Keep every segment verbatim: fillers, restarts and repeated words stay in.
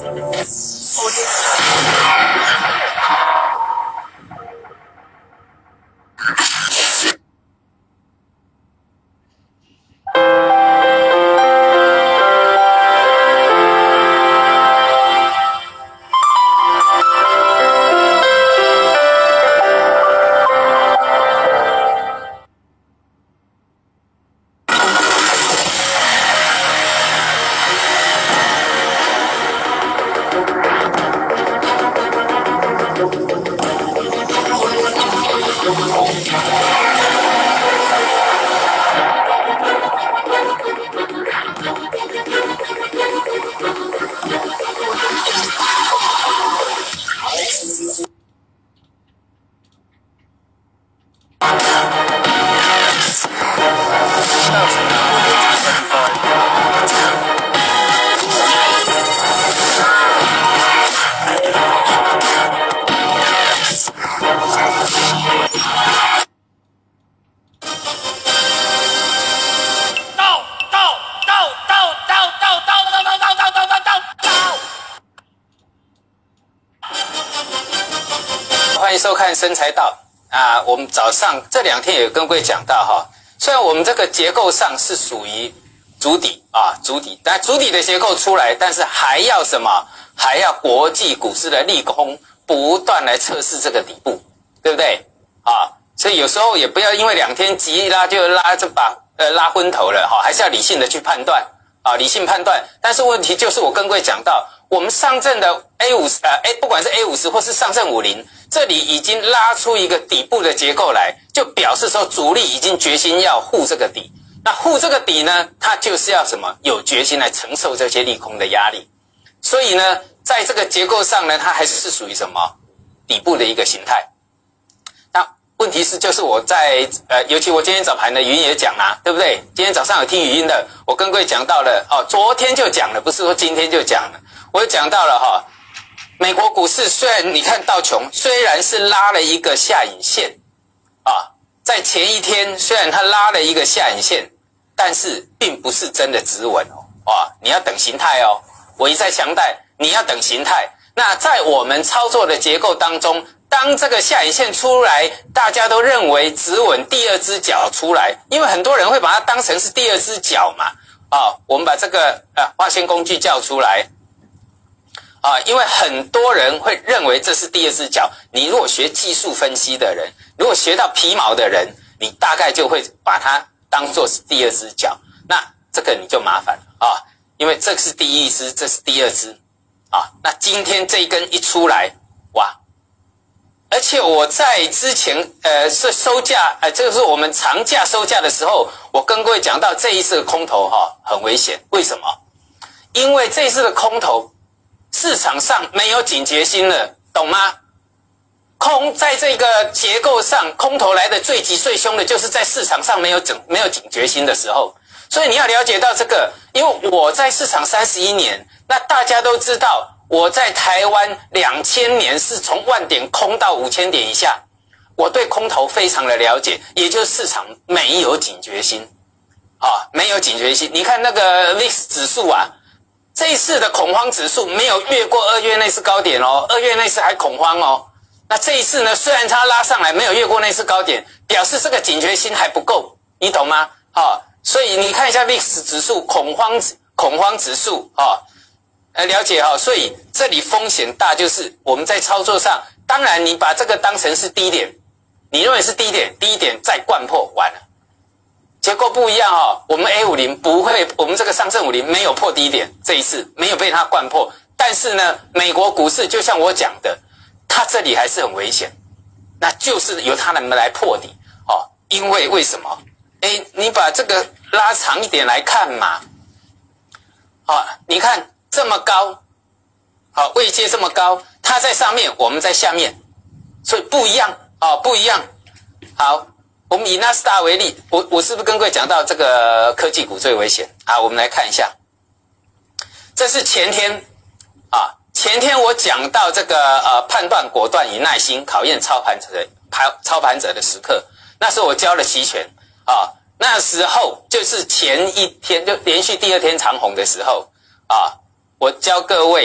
欢迎收看生财道啊！我们早上这两天也跟各位讲到哈，虽然我们这个结构上是属于筑底啊，筑底，但筑底的结构出来，但是还要什么？还要国际股市的利空不断来测试这个底部，对不对？啊，所以有时候也不要因为两天急拉就拉这把呃拉昏头了哈，还是要理性的去判断啊，理性判断。但是问题就是我跟各位讲到，我们上证的 A 五十 呃 A 不管是 A 五十 或是上证五零，这里已经拉出一个底部的结构来，就表示说主力已经决心要护这个底。那护这个底呢，它就是要什么？有决心来承受这些利空的压力。所以呢，在这个结构上呢，它还是属于什么？底部的一个形态。那问题是，就是我在呃，尤其我今天早盘的语音也讲啦，对不对？今天早上有听语音的，我跟各位讲到了哦，昨天就讲了，不是说今天就讲了，我有讲到了哈、哦。美国股市虽然你看道琼虽然是拉了一个下影线啊，在前一天虽然它拉了一个下影线，但是并不是真的止稳哦，啊，你要等形态哦。我一再强调，你要等形态。那在我们操作的结构当中，当这个下影线出来，大家都认为止稳第二只脚出来，因为很多人会把它当成是第二只脚嘛，啊，我们把这个呃划线工具叫出来。啊，因为很多人会认为这是第二只脚。你如果学技术分析的人，如果学到皮毛的人，你大概就会把它当作是第二只脚。那这个你就麻烦了啊，因为这是第一只，这是第二只啊。那今天这一根一出来，哇！而且我在之前呃是收价，呃这个是我们长假收价的时候，我跟各位讲到这一次的空头哈、啊、很危险，为什么？因为这一次的空头。市场上没有警觉心了，懂吗？空在这个结构上，空头来的最急最凶的，就是在市场上没有整没有警觉心的时候。所以你要了解到这个，因为我在市场三十一年，那大家都知道，我在台湾两千年是从万点空到五千点以下，我对空头非常的了解，也就是市场没有警觉心，啊，没有警觉心。你看那个 V I X 指数啊。这一次的恐慌指数没有越过二月那次高点哦，二月那次还恐慌哦。那这一次呢，虽然它拉上来没有越过那次高点，表示这个警觉心还不够，你懂吗？好、哦，所以你看一下 V I X 指数恐慌恐慌指数啊、哦，呃，了解哈、哦。所以这里风险大，就是我们在操作上，当然你把这个当成是低点，你认为是低点，低点再灌破完了。结构不一样哦，我们 A 五十 不会，我们这个上证五零没有破低点，这一次没有被它灌破。但是呢，美国股市就像我讲的，它这里还是很危险，那就是由它们来破底哦。因为为什么？哎，你把这个拉长一点来看嘛，好，你看这么高，好，位阶这么高，它在上面，我们在下面，所以不一样哦，不一样。好。我们以纳斯达为例，我我是不是跟各位讲到这个科技股最危险啊？我们来看一下，这是前天啊，前天我讲到这个呃判断果断与耐心考验操盘者的操盘者的时刻，那时候我教了期权啊，那时候就是前一天就连续第二天长红的时候啊，我教各位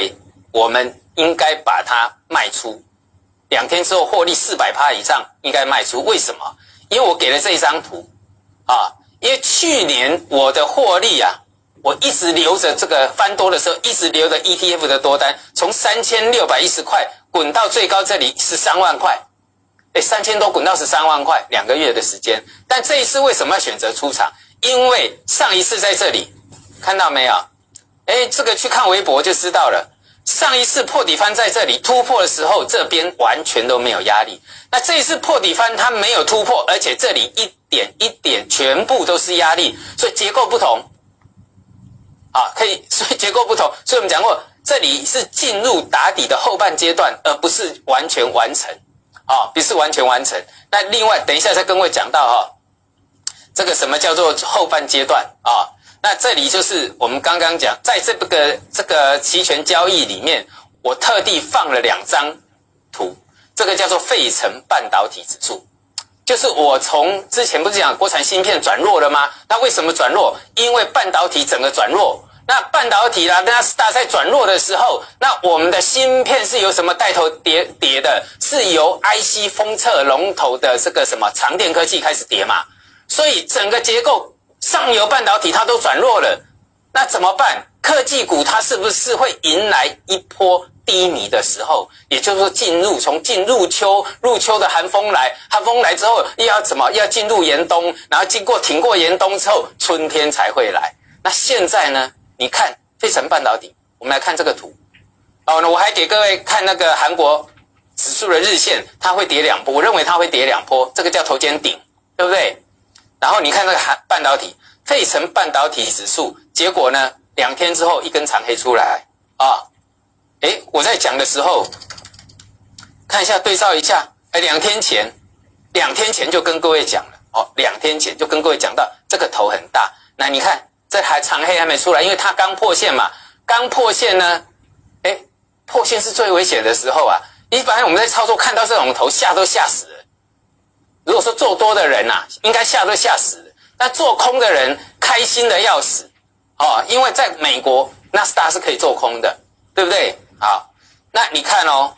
我们应该把它卖出，两天之后获利 百分之四百 以上应该卖出。为什么？因为我给了这一张图啊，因为去年我的获利啊，我一直留着这个翻多的时候，一直留着 E T F 的多单，从三千六百一十块滚到最高这里十三万块，哎，三千多滚到十三万块，两个月的时间。但这一次为什么要选择出场？因为上一次在这里看到没有？哎，这个去看微博就知道了。上一次破底翻在这里突破的时候，这边完全都没有压力。那这一次破底翻它没有突破，而且这里一点一点全部都是压力，所以结构不同。啊，可以，所以结构不同。所以我们讲过，这里是进入打底的后半阶段，而不是完全完成。啊，不是完全完成。那另外，等一下再跟各位讲到哈，这个什么叫做后半阶段啊？那这里就是我们刚刚讲，在这个这个期权交易里面，我特地放了两张图，这个叫做费城半导体指数，就是我从之前不是讲国产芯片转弱了吗？那为什么转弱？因为半导体整个转弱。那半导体啦，纳斯达克在转弱的时候，那我们的芯片是由什么带头跌跌的？是由 I C 封测龙头的这个什么长电科技开始跌嘛？所以整个结构上游半导体它都转弱了，那怎么办？科技股它是不是会迎来一波低迷的时候？也就是说进入从进入秋，入秋的寒风来，寒风来之后又要怎么？要进入严冬，然后经过挺过严冬之后，春天才会来。那现在呢？你看费城半导体，我们来看这个图。哦，那我还给各位看那个韩国指数的日线，它会跌两波，我认为它会跌两波，这个叫头肩顶，对不对？然后你看这个韩半导体，费城半导体指数，结果呢，两天之后一根长黑出来啊。诶，我在讲的时候，看一下对照一下，诶，两天前，两天前就跟各位讲了，哦，两天前就跟各位讲到这个头很大，那你看。这还长黑还没出来，因为它刚破线嘛，刚破线呢，哎，破线是最危险的时候啊！一般我们在操作看到这种头吓都吓死了。如果说做多的人啊，应该吓都吓死了，但做空的人开心的要死哦，因为在美国纳斯达克是可以做空的，对不对？好，那你看哦，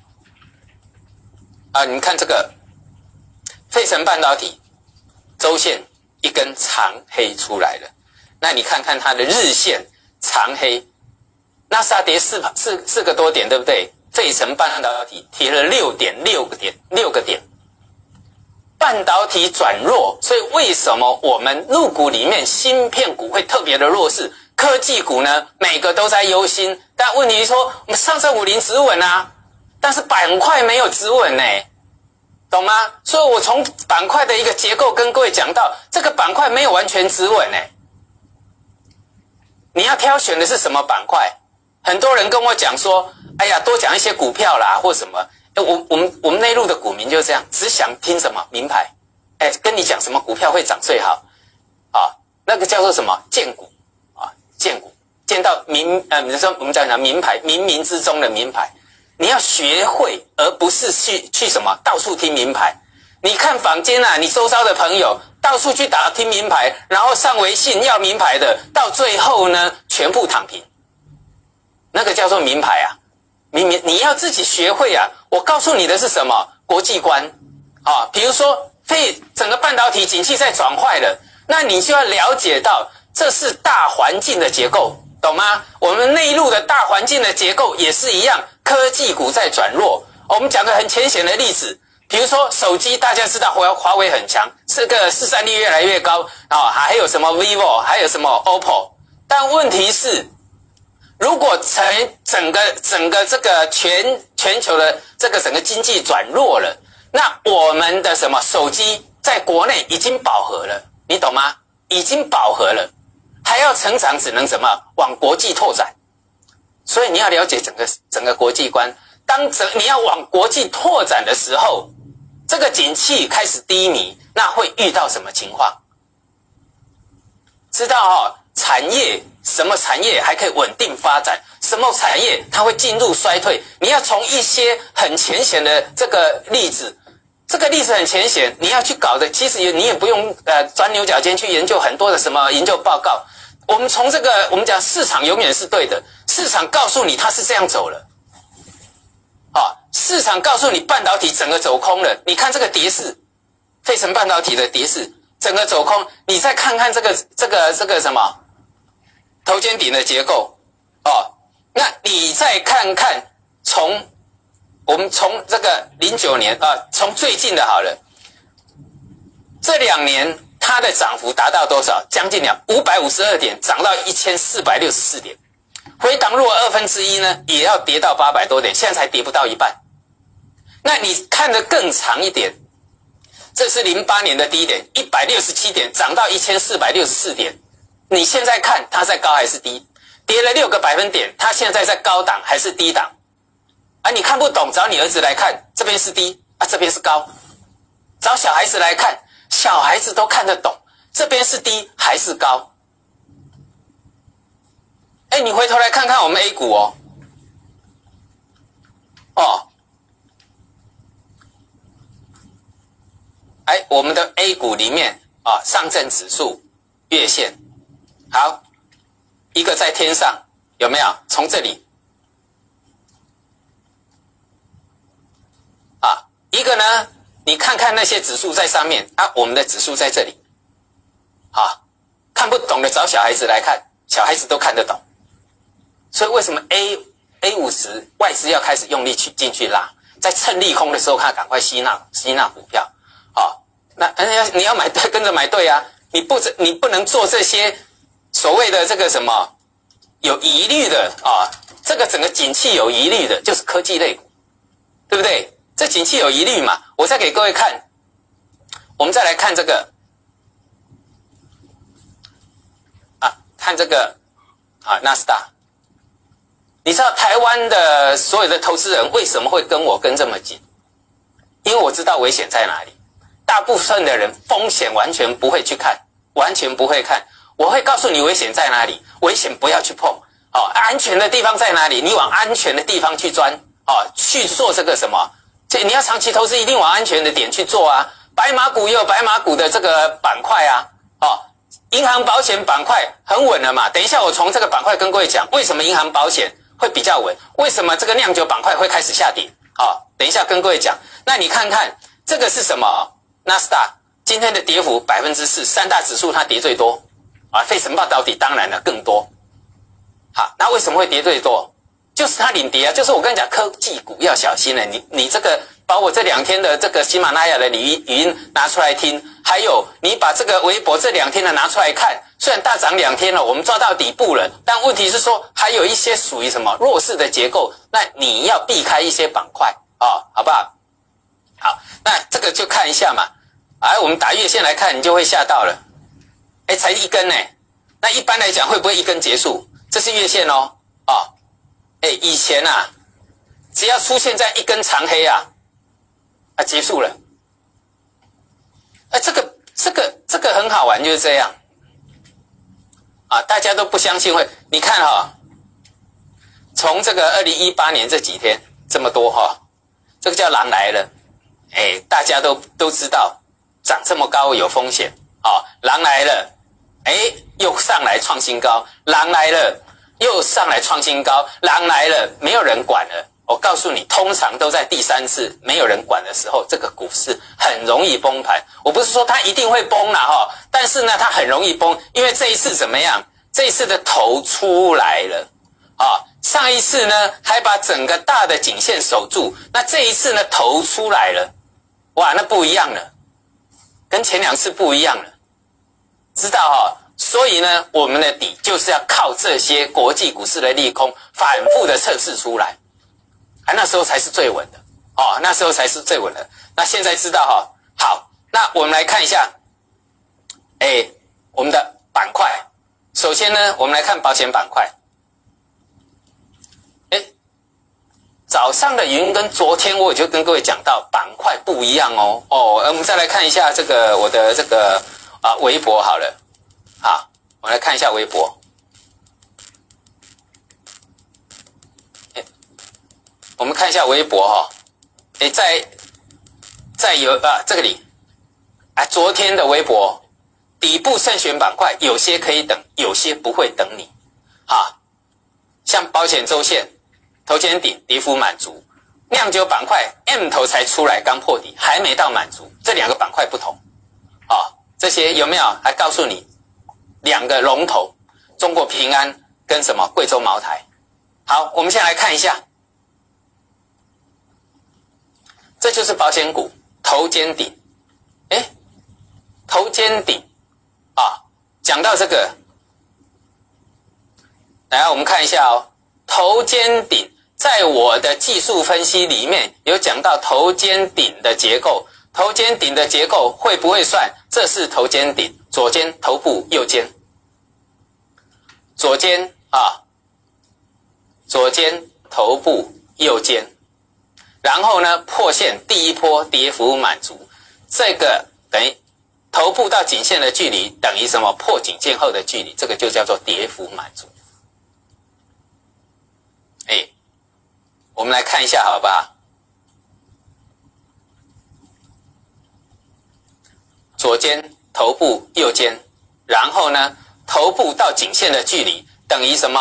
啊，你看这个费城半导体周线一根长黑出来了。那你看看它的日线长黑，纳斯达克跌四四四个多点，对不对？费城半导体跌了六点六个点，六个点。半导体转弱，所以为什么我们入股里面芯片股会特别的弱势？科技股呢，每个都在忧心，但问题是说，我们上证五零止稳啊，但是板块没有止稳呢。懂吗？所以我从板块的一个结构跟各位讲到，这个板块没有完全止稳呢。你要挑选的是什么板块？很多人跟我讲说，哎呀，多讲一些股票啦，或什么。我我们我们内陆的股民就这样，只想听什么名牌，哎，跟你讲什么股票会涨最好，啊，那个叫做什么荐股啊，荐股，荐到名呃，比如说我们讲讲名牌，冥冥之中的名牌，你要学会，而不是去去什么到处听名牌。你看坊间啊，你周遭的朋友到处去打听名牌，然后上微信要名牌的，到最后呢，全部躺平。那个叫做名牌啊，明明你要自己学会啊。我告诉你的是什么？国际观啊，比如说，非整个半导体景气在转坏了，那你就要了解到这是大环境的结构，懂吗？我们内陆的大环境的结构也是一样，科技股在转弱。我们讲个很浅显的例子。比如说手机，大家知道华华为很强，这个市占率越来越高啊，还有什么 vivo， 还有什么 O P P O， 但问题是，如果成整个整个这个全全球的这个整个经济转弱了，那我们的什么手机在国内已经饱和了，你懂吗？已经饱和了，还要成长，只能什么往国际拓展。所以你要了解整个整个国际观。当整你要往国际拓展的时候，这个景气开始低迷，那会遇到什么情况？知道哦，产业什么产业还可以稳定发展，什么产业它会进入衰退？你要从一些很浅显的这个例子，这个例子很浅显，你要去搞的，其实也你也不用呃钻牛角尖去研究很多的什么研究报告。我们从这个我们讲市场永远是对的， 市场告诉你它是这样走了，啊，市场告诉你半导体整个走空了。你看这个跌势，费城半导体的跌势整个走空，你再看看这个这个这个什么头肩顶的结构，哦，那你再看看从我们从这个零九年啊，从最近的好了，这两年它的涨幅达到多少？将近两五百五十二点，涨到一千四百六十四点。回档若二分之一呢，也要跌到八百多点，现在才跌不到一半。那你看得更长一点，这是零八年的低点，一百六十七点，涨到一千四百六十四点。你现在看它在高还是低？跌了六个百分点，它现在在高档还是低档？啊，你看不懂，找你儿子来看，这边是低啊，这边是高。找小孩子来看，小孩子都看得懂，这边是低还是高？哎，你回头来看看我们 A 股哦，哦，哎，我们的 A 股里面啊，上证指数月线，好，一个在天上，有没有？从这里啊，一个呢，你看看那些指数在上面啊，我们的指数在这里，啊，看不懂的找小孩子来看，小孩子都看得懂。所以为什么 A A 五十外资要开始用力去进去拉，在趁利空的时候，看赶快吸纳吸纳股票，好，那你要买对，跟着买对啊，你不你不能做这些所谓的这个什么有疑虑的啊，这个整个景气有疑虑的，就是科技类股，对不对？这景气有疑虑嘛，我再给各位看，我们再来看这个啊，看这个啊，纳斯达。你知道台湾的所有的投资人为什么会跟我跟这么紧？因为我知道危险在哪里。大部分的人风险完全不会去看，完全不会看。我会告诉你危险在哪里，危险不要去碰。哦，安全的地方在哪里？你往安全的地方去钻。哦，去做这个什么？这你要长期投资，一定往安全的点去做啊。白马股也有白马股的这个板块啊。哦，银行保险板块很稳了嘛。等一下我从这个板块跟各位讲，为什么银行保险会比较稳？为什么这个酿酒板块会开始下跌？好，等一下跟各位讲。那你看看这个是什么？纳斯达今天的跌幅百分之四，三大指数它跌最多啊。费城半导体当然了更多。好，那为什么会跌最多？就是它领跌啊，就是我跟你讲，科技股要小心了。你你这个把我这两天的这个喜马拉雅的语音语音拿出来听，还有你把这个微博这两天的拿出来看。虽然大涨两天了，我们抓到底部了，但问题是说还有一些属于什么弱势的结构，那你要避开一些板块哦，好不好？好，那这个就看一下嘛。哎，我们打月线来看，你就会吓到了。哎，才一根呢，那一般来讲会不会一根结束？这是月线哦，哦，哎，以前啊，只要出现在一根长黑啊，啊，结束了。哎，这个这个这个很好玩，就是这样。啊，大家都不相信会，你看哈、哦，从这个二零一八年这几天这么多哈、哦，这个叫狼来了，哎，大家都都知道涨这么高有风险，哦，狼来了，哎，又上来创新高，狼来了，又上来创新高，狼来了，没有人管了。我告诉你，通常都在第三次没有人管的时候，这个股市很容易崩盘。我不是说它一定会崩啦哈，但是呢，它很容易崩，因为这一次怎么样？这一次的头出来了，啊，上一次呢还把整个大的颈线守住，那这一次呢头出来了，哇，那不一样了，跟前两次不一样了，知道哈？所以呢，我们的底就是要靠这些国际股市的利空反复的测试出来。啊，那时候才是最稳的哦，那时候才是最稳的。那现在知道哈、哦，好，那我们来看一下，哎，我们的板块。首先呢，我们来看保险板块。哎，早上的云跟昨天我就跟各位讲到板块不一样哦。哦，我们再来看一下这个我的这个啊微博好了，好，我们来看一下微博。我们看一下微博哈、哦，诶，在在有啊这个里啊，昨天的微博底部慎选板块，有些可以等，有些不会等你，啊， 像保险周线、头肩顶跌幅满足，酿酒板块 M 头才出来，刚破底，还没到满足，这两个板块不同。哦，这些有没有？还告诉你两个龙头，中国平安跟什么贵州茅台。好，我们先来看一下，这就是保险股头肩顶。诶，头肩顶啊，讲到这个，来我们看一下哦，头肩顶在我的技术分析里面有讲到头肩顶的结构，头肩顶的结构会不会算？这是头肩顶，左肩头部，右肩，左肩啊，左肩头部，右肩，然后呢破线，第一波跌幅满足，这个等于头部到颈线的距离等于什么？破颈线后的距离，这个就叫做跌幅满足。哎，我们来看一下好不好？左肩头部，右肩，然后呢头部到颈线的距离等于什么？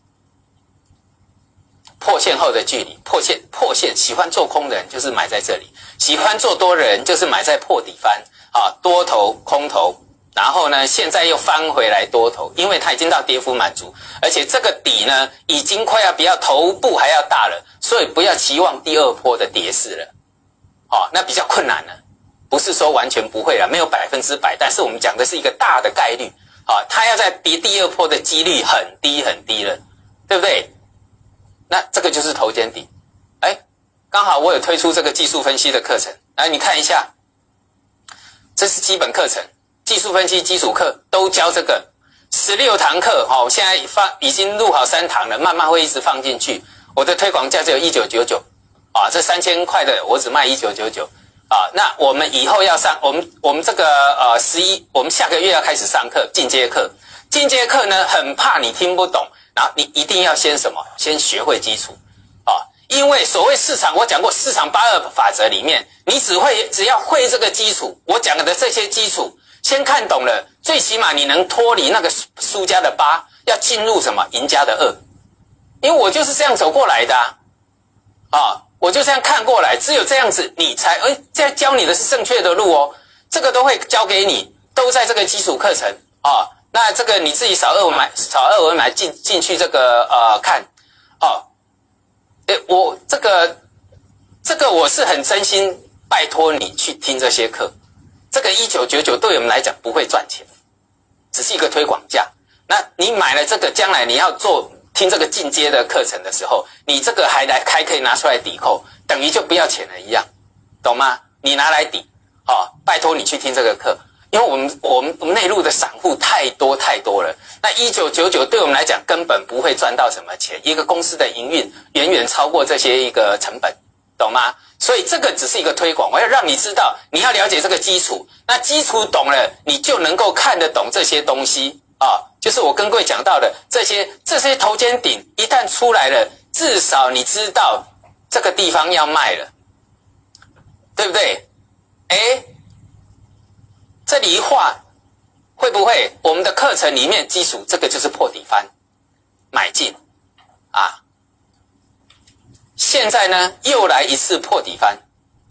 破线后的距离，破线破线，喜欢做空的人就是买在这里，喜欢做多的人就是买在破底翻啊，多头空头，然后呢现在又翻回来多头，因为它已经到跌幅满足，而且这个底呢已经快要比要头部还要大了，所以不要期望第二波的跌势了，哦，那比较困难了，不是说完全不会了，没有百分之百，但是我们讲的是一个大的概率，啊，它要在跌第二波的几率很低很低了，对不对？那这个就是头肩顶，哎，刚好我有推出这个技术分析的课程，来你看一下，这是基本课程，技术分析基础课都教这个，十六堂课，哦，现在放已经录好三堂了，慢慢会一直放进去。我的推广价只有一九九九，啊，这三千块的我只卖一九九九，啊，那我们以后要上，我们我们这个呃十一，我们下个月要开始上课，进阶课，进阶课呢很怕你听不懂。然后你一定要先什么？先学会基础啊！因为所谓市场，我讲过市场八二法则里面，你只会只要会这个基础，我讲的这些基础，先看懂了，最起码你能脱离那个输家的八，要进入什么赢家的二。因为我就是这样走过来的啊，啊我就这样看过来，只有这样子，你才哎，这样教你的是正确的路哦，这个都会教给你，都在这个基础课程啊。那这个你自己扫二维码，扫二维码进进去这个呃看，哦，诶，我这个这个我是很真心拜托你去听这些课，这个一九九九对我们来讲不会赚钱，只是一个推广价。那你买了这个，将来你要做听这个进阶的课程的时候，你这个还来还可以拿出来抵扣，等于就不要钱了一样，懂吗？你拿来抵，哦，拜托你去听这个课。因为我们我们内陆的散户太多太多了，那一九九九对我们来讲根本不会赚到什么钱，一个公司的营运远远超过这些一个成本，懂吗？所以这个只是一个推广，我要让你知道，你要了解这个基础，那基础懂了，你就能够看得懂这些东西啊，就是我跟各位讲到的这些这些头肩顶一旦出来了，至少你知道这个地方要卖了，对不对？诶这里一画会不会我们的课程里面基础这个就是破底翻买进啊？现在呢又来一次破底翻，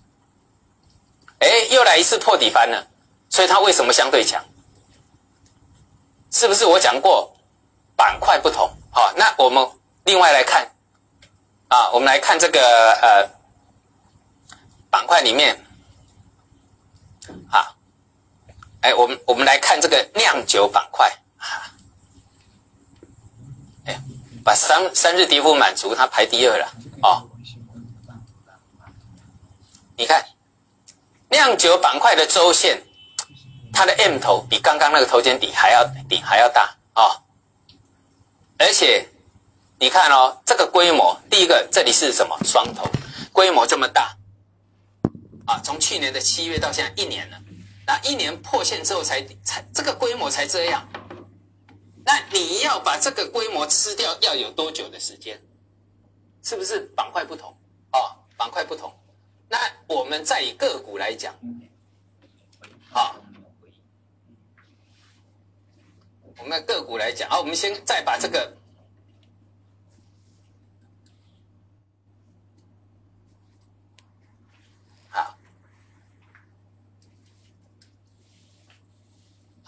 诶又来一次破底翻了，所以它为什么相对强？是不是我讲过板块不同？好，那我们另外来看啊，我们来看这个呃板块里面啊。哎，我们我们来看这个酿酒板块啊，哎，把三三日跌幅满足，它排第二了哦。你看酿酒板块的周线，它的 M 头比刚刚那个头肩底还要顶还要大哦，而且你看哦，这个规模，第一个这里是什么双头，规模这么大啊，从去年的七月到现在一年了。那一年破线之后才才这个规模才这样，那你要把这个规模吃掉要有多久的时间？是不是板块不同？哦，板块不同。那我们再以个股来讲，好、哦，我们个股来讲，好、哦，我们先再把这个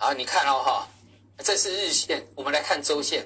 好，你看哦哈，这是日线，我们来看周线。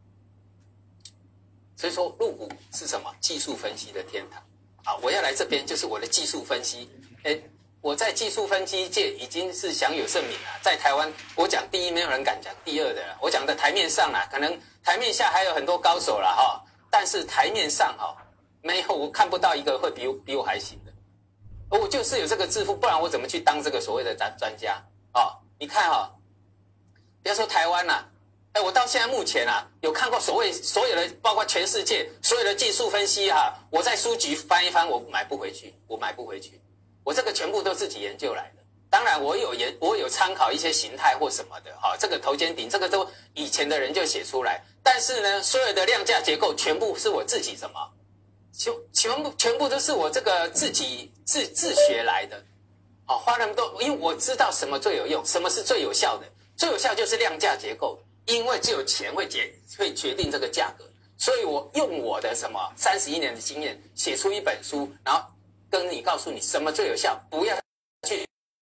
所以说，陆股是什么？技术分析的天堂。好，我要来这边就是我的技术分析。哎，我在技术分析界已经是享有盛名了，在台湾我讲第一，没有人敢讲第二的了。我讲的台面上啦，可能台面下还有很多高手啦哈，但是台面上哈，没有，我看不到一个会比我比我还行的。我就是有这个致富，不然我怎么去当这个所谓的专专家啊？你看哈，不要说台湾啦。哎，我到现在目前啊，有看过所谓所有的，包括全世界所有的技术分析啊，我在书局翻一翻，我买不回去，我买不回去，我这个全部都自己研究来的。当然，我有研，我有参考一些形态或什么的，哈、哦，这个头肩顶，这个都以前的人就写出来。但是呢，所有的量价结构全部是我自己什么，全全部全部都是我这个自己自自学来的。好、哦，花那么多，因为我知道什么最有用，什么是最有效的，最有效就是量价结构。因为只有钱会决会决定这个价格，所以我用我的什么三十一年的经验写出一本书，然后跟你告诉你什么最有效，不要去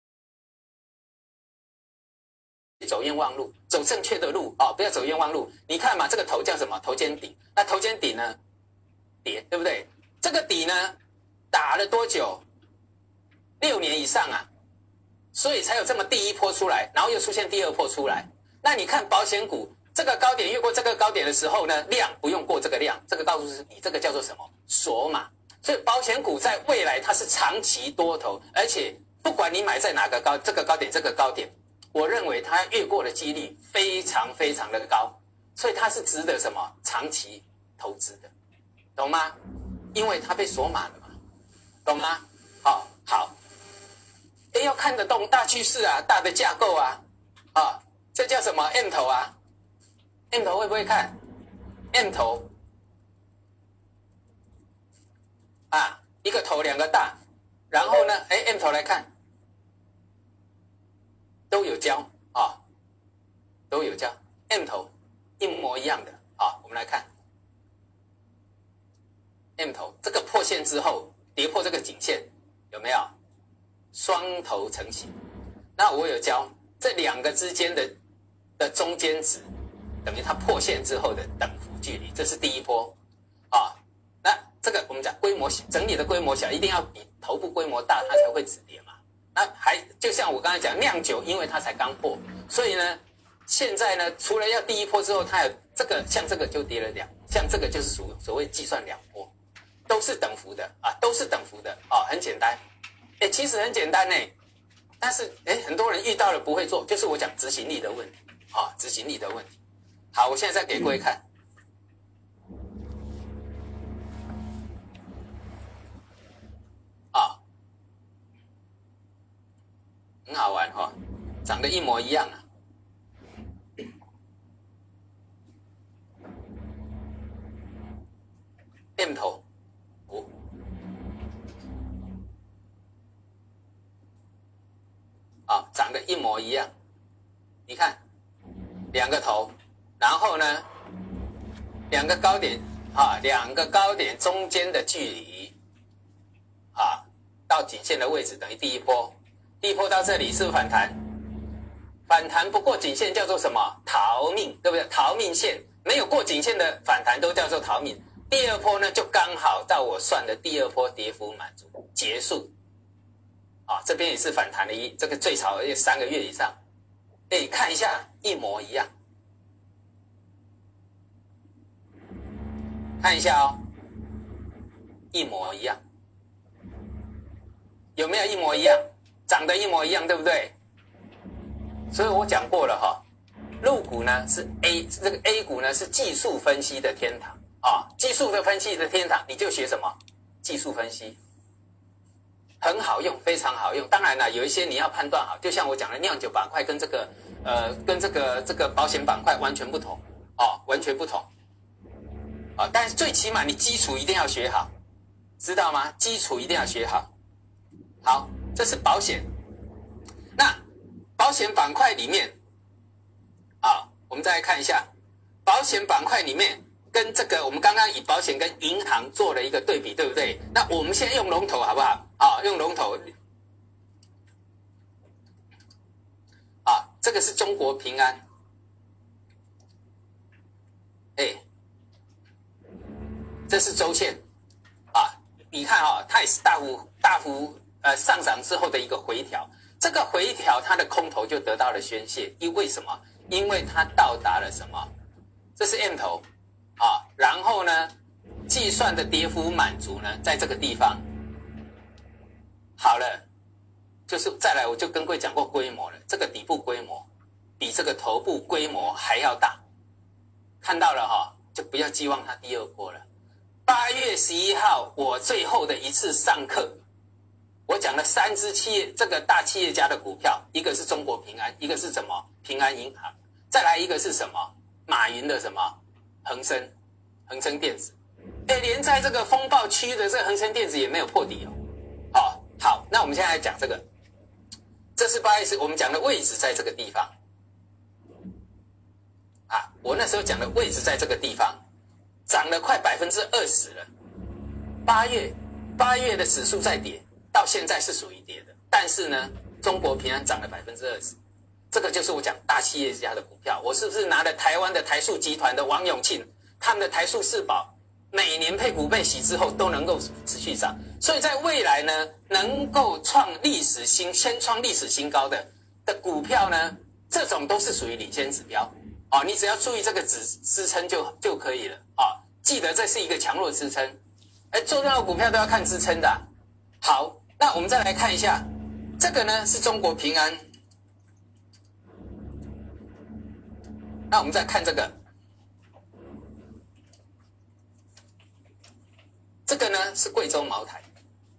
走冤枉路，走正确的路哦，不要走冤枉路。你看嘛，这个头叫什么？头肩顶。那头肩顶呢？跌，对不对？这个底呢，打了多久？六年以上啊，所以才有这么第一波出来，然后又出现第二波出来。那你看保险股这个高点越过这个高点的时候呢，量不用过这个量，这个告诉是你这个叫做什么？锁码。所以保险股在未来它是长期多头，而且不管你买在哪个高，这个高点这个高点，我认为它越过的几率非常非常的高，所以它是值得什么长期投资的，懂吗？因为它被锁码了嘛，懂吗？好，好，诶，要看得懂大趋势啊，大的架构啊，啊。这叫什么 M 头啊 ？M 头会不会看 ？M 头啊，一个头两个大，然后呢，哎 ，M 头来看，都有交啊，都有交 M 头一模一样的啊。我们来看 M 头这个破线之后跌破这个颈线，有没有双头成型？那我有交这两个之间的。的中间值等于它破线之后的等幅距离，这是第一波啊。那这个我们讲规模小，整理的规模小，一定要比头部规模大，它才会止跌嘛。那还就像我刚才讲酿酒，因为它才刚破，所以呢，现在呢，除了要第一波之后，它有这个像这个就跌了两，像这个就是属所谓计算两波，都是等幅的啊，都是等幅的啊，很简单。哎，其实很简单呢，但是哎，很多人遇到了不会做，就是我讲执行力的问题。啊、哦，执行力的问题。好，我现在再给各位看。啊、哦，很好玩哈、哦，长得一模一样啊。M 头，哦，啊、哦，长得一模一样。你看。两个头，然后呢，两个高点啊，两个高点中间的距离啊，到颈线的位置等于第一波，第一波到这里是不是反弹？反弹不过颈线叫做什么？逃命，对不对？逃命线没有过颈线的反弹都叫做逃命。第二波呢，就刚好到我算的第二波跌幅满足结束，啊，这边也是反弹了一这个最少也三个月以上。哎，看一下，一模一样。看一下哦，一模一样，有没有一模一样？长得一模一样，对不对？所以我讲过了哈，陆股呢是 A， 这个 A 股呢是技术分析的天堂啊，技术的分析的天堂，你就学什么？技术分析。很好用，非常好用。当然了，有一些你要判断好，就像我讲的酿酒板块跟这个呃跟这个这个保险板块完全不同哦，完全不同啊、哦。但是最起码你基础一定要学好，知道吗？基础一定要学好。好，这是保险。那保险板块里面啊、哦，我们再来看一下保险板块里面。跟这个我们刚刚以保险跟银行做了一个对比，对不对？那我们现在用龙头好不好？啊，用龙头啊， 这个是中国平安，哎，这是周线啊，你看啊、哦，它也是大幅大幅呃上涨之后的一个回调，这个回调它的空头就得到了宣泄，因为什么？因为它到达了什么？这是 M 头啊，然后呢，计算的跌幅满足呢，在这个地方。好了，就是再来，我就跟各位讲过规模了，这个底部规模比这个头部规模还要大，看到了哈、哦，就不要寄望它第二波了。八月十一号，我最后的一次上课，我讲了三只企业，这个大企业家的股票，一个是中国平安，一个是什么？平安银行，再来一个是什么？马云的什么？恒生，恒生电子。哎，连在这个风暴区的这个恒生电子也没有破底哦。好，好，那我们现在来讲这个，这是八月十，我们讲的位置在这个地方。啊，我那时候讲的位置在这个地方，涨了快百分之二十了。八月，八月的指数在跌，到现在是属于跌的，但是呢，中国平安涨了百分之二十。这个就是我讲大企业家的股票，我是不是拿了台湾的台塑集团的王永庆，他们的台塑四宝，每年配股配息之后都能够持续涨，所以在未来呢，能够创历史新先创历史新高的的股票呢，这种都是属于领先指标啊、哦，你只要注意这个支支撑就就可以了啊、哦，记得这是一个强弱支撑，哎，做任何股票都要看支撑的、啊。好，那我们再来看一下，这个呢是中国平安。那我们再看这个，这个呢是贵州茅台，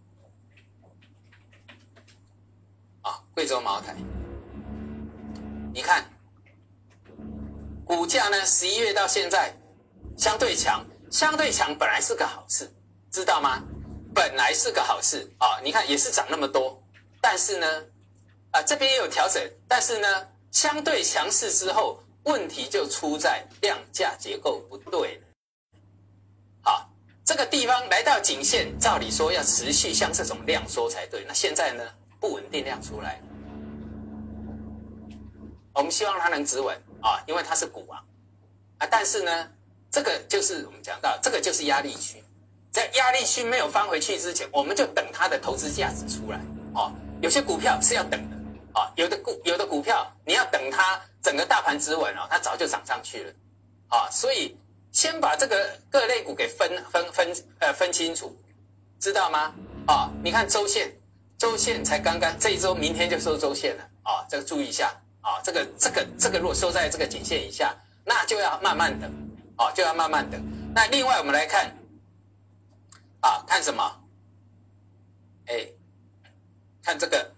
啊，贵州茅台，你看，股价呢十一月到现在相对强，相对强本来是个好事，知道吗？本来是个好事啊，你看也是涨那么多，但是呢，啊这边也有调整，但是呢，相对强势之后。问题就出在量价结构不对了。好，这个地方来到颈线，照理说要持续像这种量缩才对。那现在呢，不稳定量出来了。我们希望它能止稳啊，因为它是股王啊。但是呢，这个就是我们讲到，这个就是压力区。在压力区没有翻回去之前，我们就等它的投资价值出来哦。有些股票是要等的啊，有的股有的股票你要等它。整个大盘止稳哦，它早就涨上去了，啊，所以先把这个各类股给分分分呃分清楚，知道吗？啊，你看周线，周线才刚刚这一周，明天就收周线了，啊，这个注意一下，啊，这个这个这个如果收在这个颈线以下，那就要慢慢等，啊，就要慢慢等。那另外我们来看，啊，看什么？哎，看这个。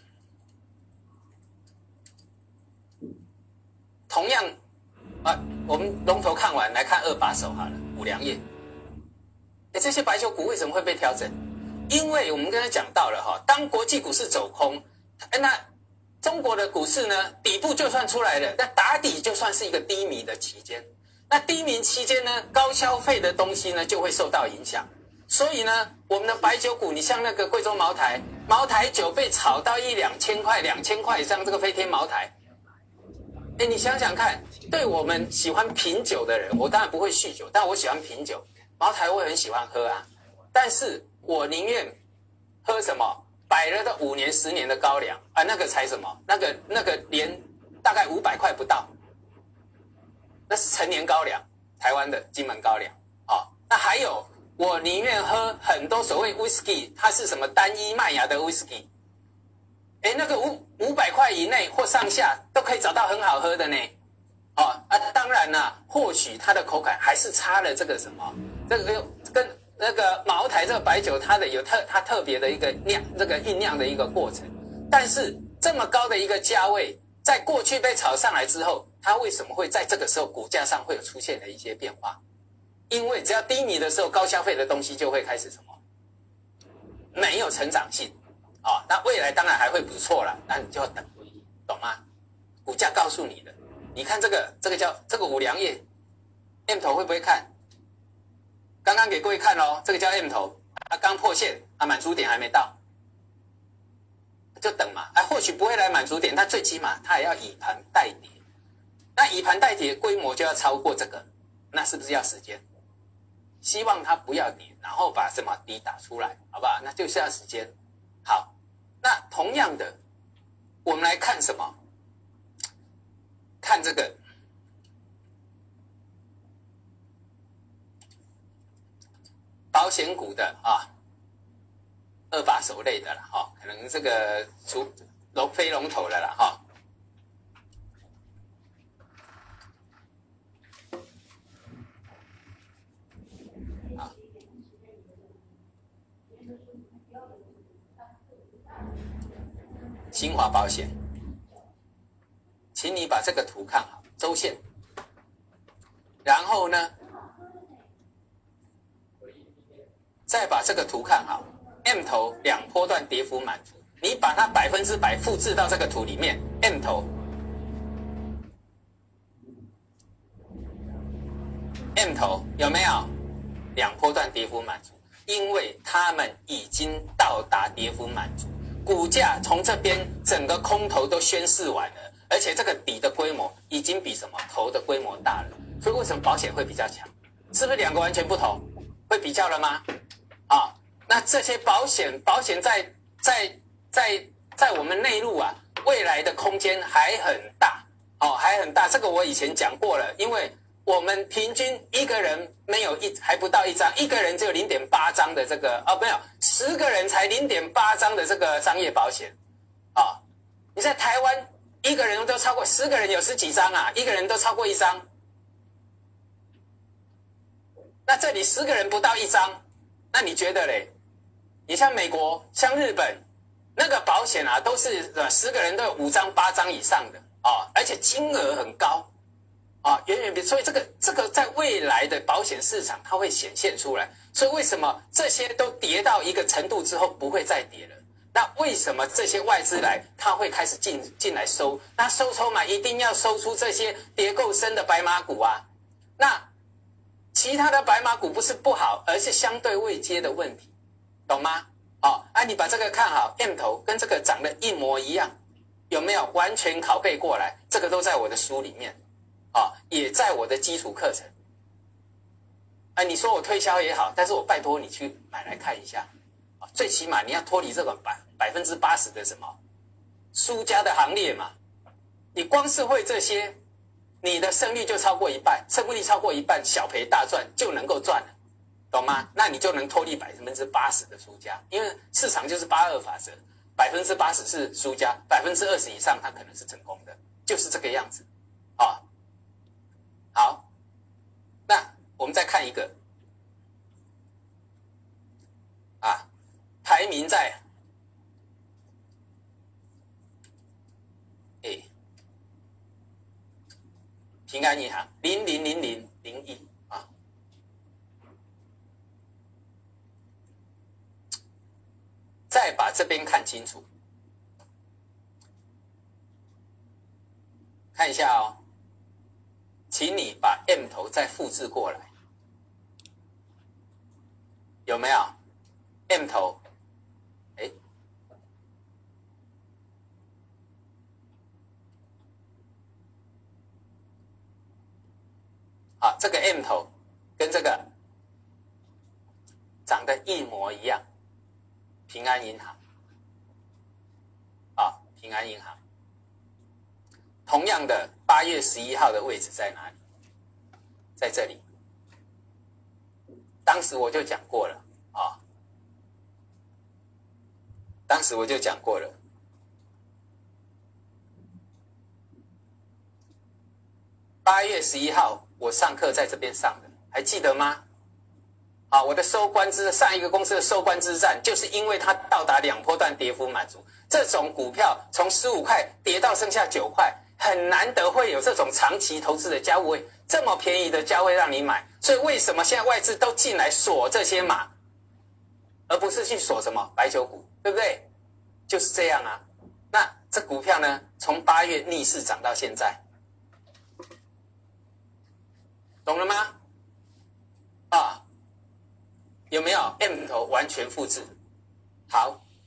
同样，啊，我们龙头看完，来看二把手好了，五粮液。哎，这些白酒股为什么会被调整？因为我们刚才讲到了哈，当国际股市走空，那中国的股市呢，底部就算出来了，那打底就算是一个低迷的期间。那低迷期间呢，高消费的东西呢就会受到影响。所以呢，我们的白酒股，你像那个贵州茅台，茅台酒被炒到一两千块、两千块以上，这个飞天茅台。哎，你想想看，对我们喜欢品酒的人，我当然不会酗酒，但我喜欢品酒，茅台我也很喜欢喝啊。但是我宁愿喝什么摆了的五年、十年的高粱啊，那个才什么，那个那个连大概五百块不到，那是陈年高粱，台湾的金门高粱啊、哦。那还有，我宁愿喝很多所谓 whisky， 它是什么单一麦芽的 whisky。哎，那个五五百块以内或上下都可以找到很好喝的呢，哦啊，当然啦，或许它的口感还是差了这个什么，这个跟那个茅台这个白酒，它的有特它特别的一个酿这个酝酿的一个过程，但是这么高的一个价位，在过去被炒上来之后，它为什么会在这个时候股价上会有出现了一些变化？因为只要低迷的时候，高消费的东西就会开始什么，没有成长性。哦，那未来当然还会不错啦，那你就要等，懂吗？股价告诉你的，你看这个，这个叫这个五粮液 ，M 头会不会看？刚刚给各位看咯，这个叫 M 头，它刚破线，啊，满足点还没到， 就等嘛，啊，或许不会来满足点，但最起码它也要以盘代跌。那以盘代跌规模就要超过这个，那是不是要时间？希望它不要跌，然后把什么底打出来，好不好？那就是要时间。好，那同样的，我们来看什么？看这个保险股的啊，二把手类的了哈，可能这个除龙非龙头的了哈。新华保险，请你把这个图看好，周线，然后呢，再把这个图看好 ，M 头两波段跌幅满足，你把它百分之百复制到这个图里面 ，M 头 ，M 头有没有两波段跌幅满足？因为他们已经到达跌幅满足。股价从这边整个空头都宣示完了，而且这个底的规模已经比什么头的规模大了，所以为什么保险会比较强？是不是两个完全不同？会比较了吗？啊，那这些保险保险在在在在我们内陆啊，未来的空间还很大哦，还很大。这个我以前讲过了，因为我们平均一个人没有一还不到一张，一个人只有 零点八 张的这个哦，没有十个人才 零点八 张的这个商业保险啊、哦。你在台湾一个人都超过十个人有十几张啊，一个人都超过一张。那这里十个人不到一张，那你觉得嘞？你像美国、像日本那个保险啊，都是十个人都有五张、八张以上的啊、哦，而且金额很高。啊，远远比，所以这个这个在未来的保险市场它会显现出来。所以为什么这些都跌到一个程度之后不会再跌了？那为什么这些外资来，它会开始进进来收？那收筹码一定要收出这些跌够深的白马股啊。那其他的白马股不是不好，而是相对位阶的问题，懂吗？哦，啊，你把这个看好 ，M 头跟这个长得一模一样，有没有完全拷贝过来？这个都在我的书里面。啊，也在我的基础课程。啊，你说我推销也好，但是我拜托你去买来看一下。啊，最起码你要脱离这个百百分之八十的什么输家的行列嘛。你光是会这些，你的胜率就超过一半，胜率超过一半，小赔大赚就能够赚了，懂吗？那你就能脱离百分之八十的输家，因为市场就是八二法则，百分之八十是输家，百分之二十以上它可能是成功的，就是这个样子。啊。好，那我们再看一个啊，排名在哎平安银行零零零零零一啊，再把这边看清楚，看一下哦。请你把 M 头再复制过来，有没有 M 头？哎，好，这个 M 头跟这个长得一模一样，平安银行，啊，平安银行。同样的，八月十一号的位置在哪里？在这里。当时我就讲过了啊，当时我就讲过了。八月十一号我上课在这边上的，还记得吗？啊，我的收官之上一个公司的收官之战，就是因为它到达两波段跌幅满足，这种股票从十五块跌到剩下九块。很难得会有这种长期投资的价位，这么便宜的价位让你买，所以为什么现在外资都进来锁这些码，而不是去锁什么白酒股，对不对？就是这样啊。那这股票呢，从八月逆势涨到现在，懂了吗？啊，有没有 M 头完全复制？好，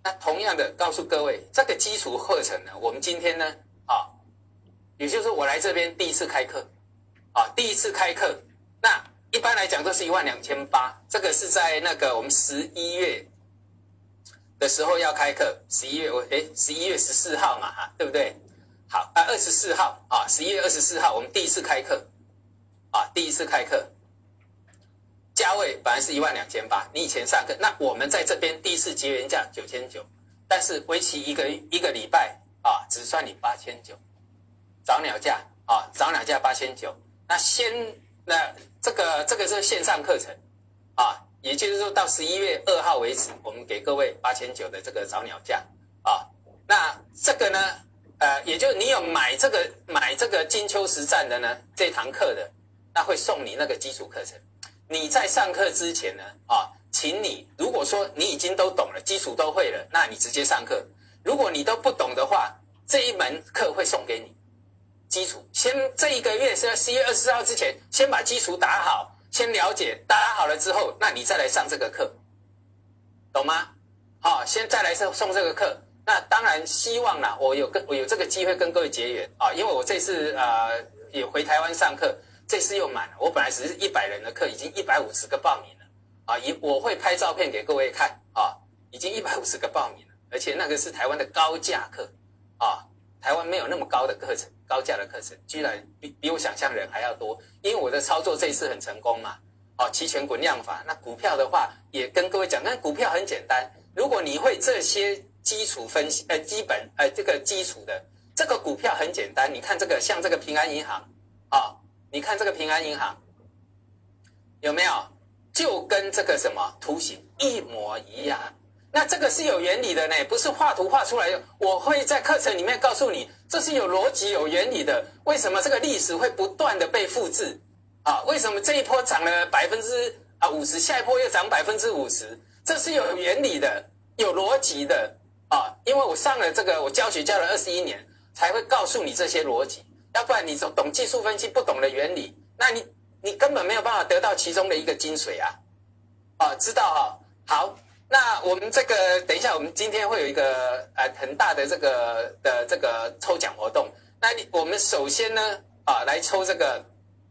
那同样的告诉各位，这个基础课程呢，我们今天呢，啊，也就是说我来这边第一次开课，啊，第一次开课，那一般来讲都是一万两千八，这个是在那个我们十一月的时候要开课，十一月我诶十一月十四号嘛哈，对不对？好啊，二十四号啊，十一月二十四号我们第一次开课，啊，第一次开课。价位本来是一万两千八，你以前上课，那我们在这边第一次结缘价九千九，但是为期一个一个礼拜啊，只算你八千九，早鸟价啊，早鸟价八千九。那先那这个这个是线上课程啊，也就是说到十一月二号为止，我们给各位八千九的这个早鸟价啊。那这个呢，呃，也就是你有买这个买这个金秋实战的呢这堂课的，那会送你那个基础课程。你在上课之前呢，啊，请你如果说你已经都懂了，基础都会了，那你直接上课。如果你都不懂的话，这一门课会送给你基础。先这一个月是十一月二十四号之前，先把基础打好，先了解，打好了之后，那你再来上这个课，懂吗？好，先再来送送这个课。那当然希望啦，我有跟我有这个机会跟各位结缘啊，因为我这次呃也回台湾上课。这次又满了，我本来只是一百人的课，已经一百五十个报名了啊！也我会拍照片给各位看啊，已经一百五十个报名了，而且那个是台湾的高价课啊，台湾没有那么高的课程，高价的课程居然比比我想象人还要多，因为我的操作这一次很成功嘛，啊，期权滚量法。那股票的话也跟各位讲，那股票很简单，如果你会这些基础分析，呃，基本呃这个基础的这个股票很简单，你看这个像这个平安银行啊。你看这个平安银行有没有？就跟这个什么图形一模一样。那这个是有原理的呢，不是画图画出来的。我会在课程里面告诉你，这是有逻辑、有原理的。为什么这个历史会不断的被复制？啊，为什么这一波涨了百分之啊五十，下一波又涨百分之五十？这是有原理的，有逻辑的啊。因为我上了这个，我教学教了二十一年，才会告诉你这些逻辑。要不然你懂技术分析，不懂的原理，那你你根本没有办法得到其中的一个精髓啊！啊，知道哈、哦？好，那我们这个等一下，我们今天会有一个呃很大的这个的这个抽奖活动。那你我们首先呢啊来抽这个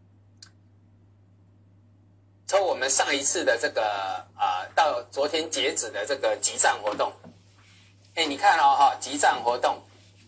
抽我们上一次的这个啊到昨天截止的这个集账活动。哎，你看哦哈，集账活动。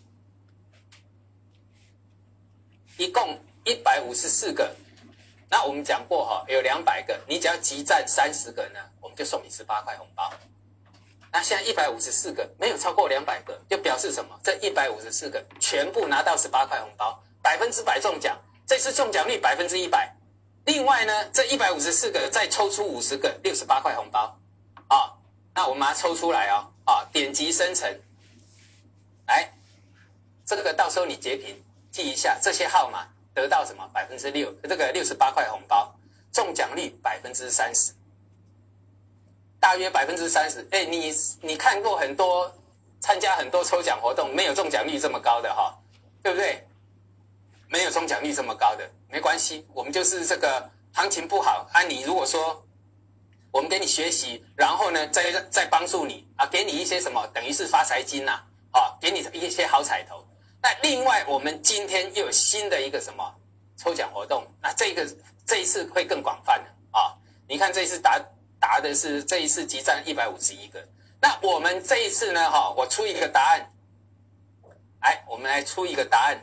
一共一百五十四个，那我们讲过哈，有两百个，你只要集赞三十个呢，我们就送你十八块红包。那现在一百五十四个，没有超过两百个，就表示什么？这一百五十四个全部拿到十八块红包，百分之百中奖，这次中奖率百分之一百。另外呢，这一百五十四个再抽出五十个，六十八块红包。啊，那我们把它抽出来哦，啊，点击生成，来，这个到时候你截屏。记一下这些号码得到什么？百分之六，这个六十八块红包，中奖率百分之三十，大约百分之三十。哎，你你看过很多参加很多抽奖活动，没有中奖率这么高的哈，对不对？没有中奖率这么高的，没关系，我们就是这个行情不好啊。你如果说我们给你学习，然后呢再再帮助你啊，给你一些什么，等于是发财金呐，啊，给你一些好彩头。那另外，我们今天又有新的一个什么抽奖活动？那这个这一次会更广泛的啊！你看这一次答答的是这一次集赞一百五十一个。那我们这一次呢？哈，我出一个答案，来，我们来出一个答案。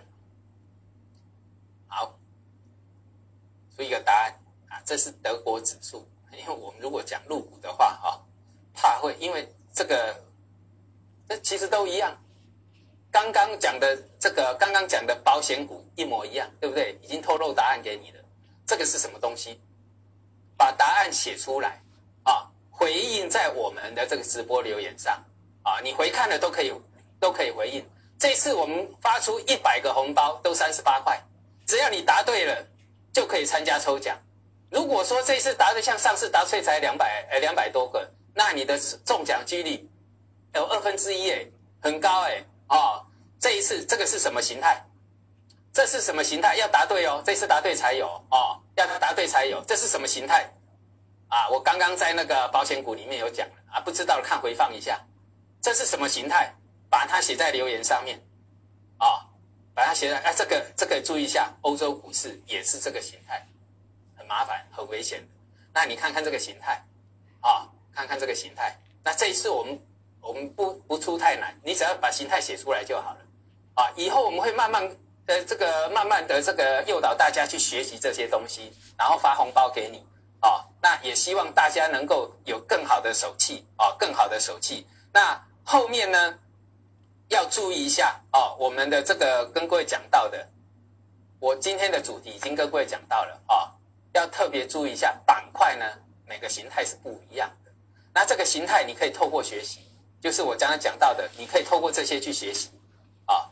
好，出一个答案啊！这是德国指数，因为我们如果讲陆股的话，哈，怕会因为这个，这其实都一样。刚刚讲的这个，刚刚讲的保险股一模一样，对不对？已经透露答案给你了。这个是什么东西？把答案写出来啊，回应在我们的这个直播留言上啊，你回看了都可以，都可以回应。这次我们发出一百个红包，都三十八块，只要你答对了，就可以参加抽奖。如果说这次答的像上次答对才两百，呃，两百多个，那你的中奖几率有二分之一，哎，很高哎。哦，这一次这个是什么形态？这是什么形态？要答对哦，这次答对才有哦，要答对才有。这是什么形态？啊，我刚刚在那个保险股里面有讲了啊，不知道看回放一下。 这是什么形态？把它写在留言上面啊、哦，把它写在啊，这个这个注意一下，欧洲股市也是这个形态，很麻烦，很危险的。那你看看这个形态啊、哦，看看这个形态。那这一次我们我们不不出太难，你只要把形态写出来就好了啊。以后我们会慢慢的这个慢慢的这个诱导大家去学习这些东西，然后发红包给你啊。那也希望大家能够有更好的手气啊，更好的手气。那后面呢要注意一下啊，我们的这个跟各位讲到的，我今天的主题已经跟各位讲到了啊，要特别注意一下板块呢，每个形态是不一样的。那这个形态你可以透过学习，就是我刚才讲到的，你可以透过这些去学习啊。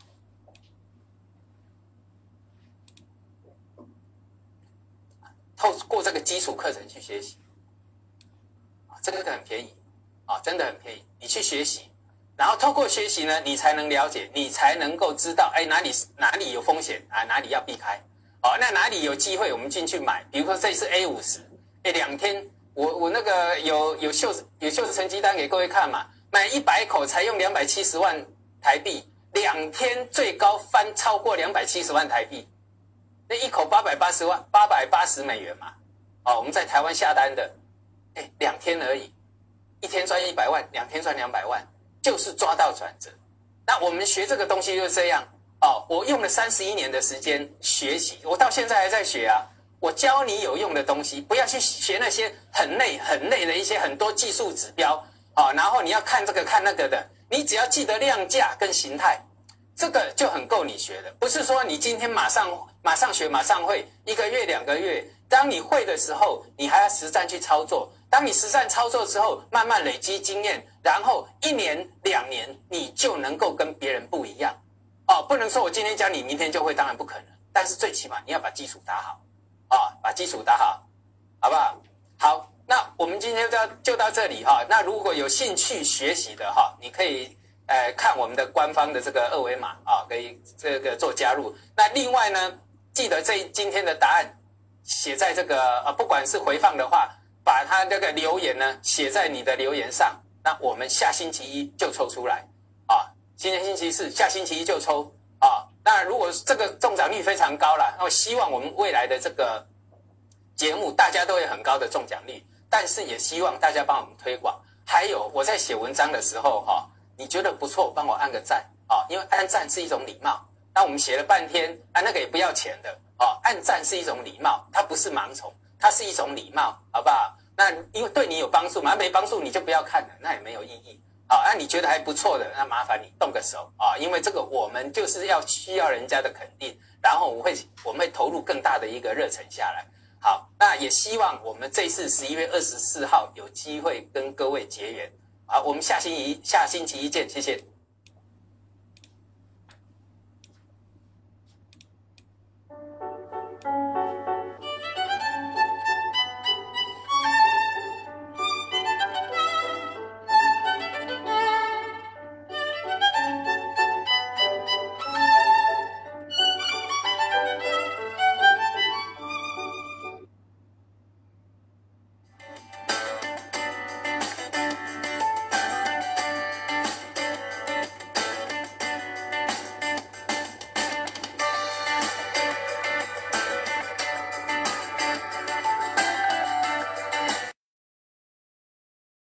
透过这个基础课程去学习啊，这个很便宜啊，真的很便宜。你去学习，然后透过学习呢，你才能了解，你才能够知道，哎，哪里哪里有风险啊，哪里要避开。哦，那哪里有机会我们进去买？比如说这次 A 五十，哎，两天。我我那个有有秀有秀成绩单给各位看嘛，买一百口才用两百七十万台币，两天最高翻超过两百七十万台币，那一口八百八十万八百八十美元嘛，哦，我们在台湾下单的，哎，两天而已，一天赚一百万，两天赚两百万，就是抓到转折。那我们学这个东西就是这样哦，我用了三十一年的时间学习，我到现在还在学啊。我教你有用的东西，不要去学那些很累很累的一些很多技术指标啊、哦，然后你要看这个看那个的，你只要记得量价跟形态，这个就很够你学的。不是说你今天马上马上学马上会，一个月两个月，当你会的时候，你还要实战去操作。当你实战操作之后，慢慢累积经验，然后一年两年你就能够跟别人不一样哦。不能说我今天教你，明天就会，当然不可能。但是最起码你要把基础打好。啊、哦，把基础打好，好不好？好，那我们今天就到就到这里哈、哦。那如果有兴趣学习的哈、哦，你可以呃看我们的官方的这个二维码啊、哦，可以这个做加入。那另外呢，记得这今天的答案写在这个呃，不管是回放的话，把它这个留言呢写在你的留言上。那我们下星期一就抽出来啊、哦，今天星期四，下星期一就抽啊。哦，那如果这个中奖率非常高了，那我希望我们未来的这个节目大家都有很高的中奖率，但是也希望大家帮我们推广。还有我在写文章的时候哈，你觉得不错，帮我按个赞啊，因为按赞是一种礼貌。那我们写了半天啊，那个也不要钱的啊，按赞是一种礼貌，它不是盲从，它是一种礼貌，好不好？那因为对你有帮助嘛，没帮助你就不要看了，那也没有意义。好，那你觉得还不错的，那麻烦你动个手啊，因为这个我们就是要需要人家的肯定，然后我们会我们会投入更大的一个热忱下来。好，那也希望我们这次十一月二十四号有机会跟各位结缘。好，我们下星期一下星期一见，谢谢。